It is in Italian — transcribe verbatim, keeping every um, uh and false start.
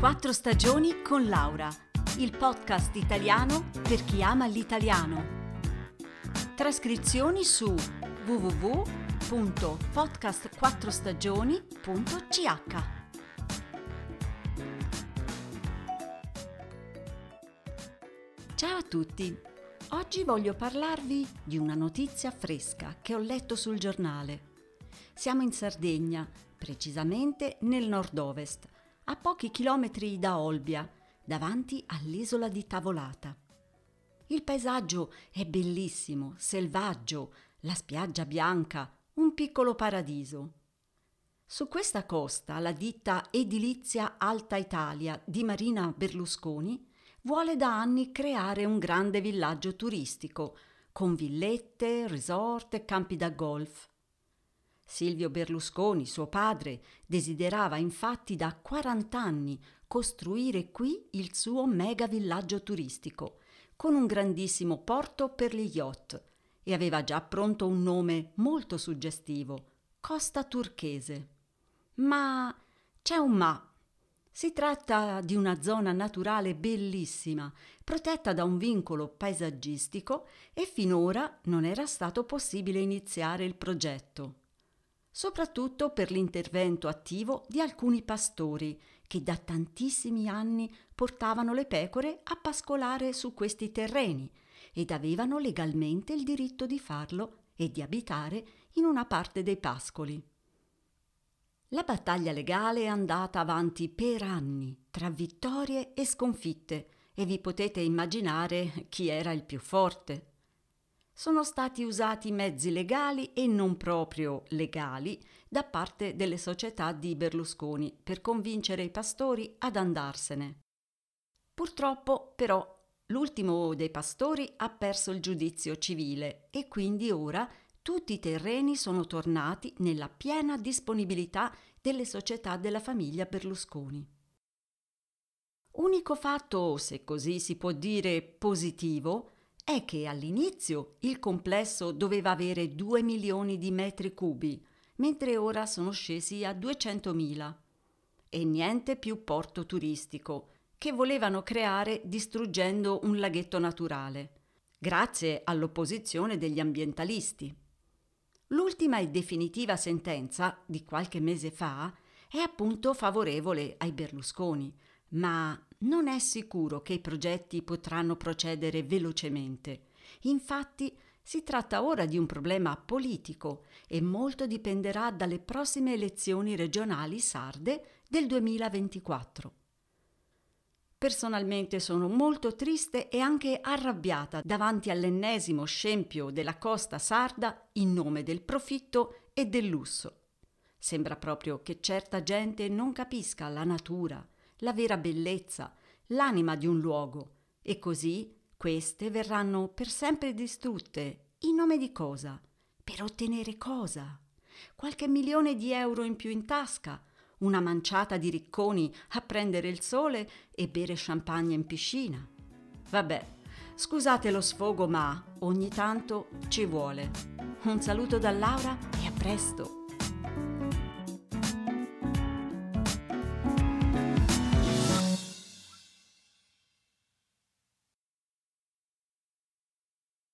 Quattro stagioni con Laura, il podcast italiano per chi ama l'italiano. Trascrizioni su w w w punto podcast quattro stagioni punto c h. Ciao a tutti! Oggi voglio parlarvi di una notizia fresca che ho letto sul giornale. Siamo in Sardegna, precisamente nel nord-ovest, a pochi chilometri da Olbia, davanti all'isola di Tavolata. Il paesaggio è bellissimo, selvaggio, la spiaggia bianca, un piccolo paradiso. Su questa costa la ditta Edilizia Alta Italia di Marina Berlusconi vuole da anni creare un grande villaggio turistico con villette, resort e campi da golf. Silvio Berlusconi, suo padre, desiderava infatti da quaranta anni costruire qui il suo mega villaggio turistico con un grandissimo porto per gli yacht e aveva già pronto un nome molto suggestivo, Costa Turchese. Ma c'è un ma. Si tratta di una zona naturale bellissima, protetta da un vincolo paesaggistico e finora non era stato possibile iniziare il progetto. Soprattutto per l'intervento attivo di alcuni pastori che da tantissimi anni portavano le pecore a pascolare su questi terreni ed avevano legalmente il diritto di farlo e di abitare in una parte dei pascoli. La battaglia legale è andata avanti per anni, tra vittorie e sconfitte, e vi potete immaginare chi era il più forte. Sono stati usati mezzi legali e non proprio legali da parte delle società di Berlusconi per convincere i pastori ad andarsene. Purtroppo, però, l'ultimo dei pastori ha perso il giudizio civile e quindi ora tutti i terreni sono tornati nella piena disponibilità delle società della famiglia Berlusconi. Unico fatto, se così si può dire, positivo, è che all'inizio il complesso doveva avere due milioni di metri cubi, mentre ora sono scesi a duecentomila. E niente più porto turistico, che volevano creare distruggendo un laghetto naturale, grazie all'opposizione degli ambientalisti. L'ultima e definitiva sentenza, di qualche mese fa, è appunto favorevole ai Berlusconi, ma non è sicuro che i progetti potranno procedere velocemente. Infatti si tratta ora di un problema politico e molto dipenderà dalle prossime elezioni regionali sarde del duemilaventiquattro. Personalmente sono molto triste e anche arrabbiata davanti all'ennesimo scempio della costa sarda in nome del profitto e del lusso. Sembra proprio che certa gente non capisca la natura, la vera bellezza, l'anima di un luogo, e così queste verranno per sempre distrutte. In nome di cosa? Per ottenere cosa? Qualche milione di euro in più in tasca, una manciata di ricconi a prendere il sole e bere champagne in piscina. Vabbè, scusate lo sfogo, ma ogni tanto ci vuole. Un saluto da Laura e a presto!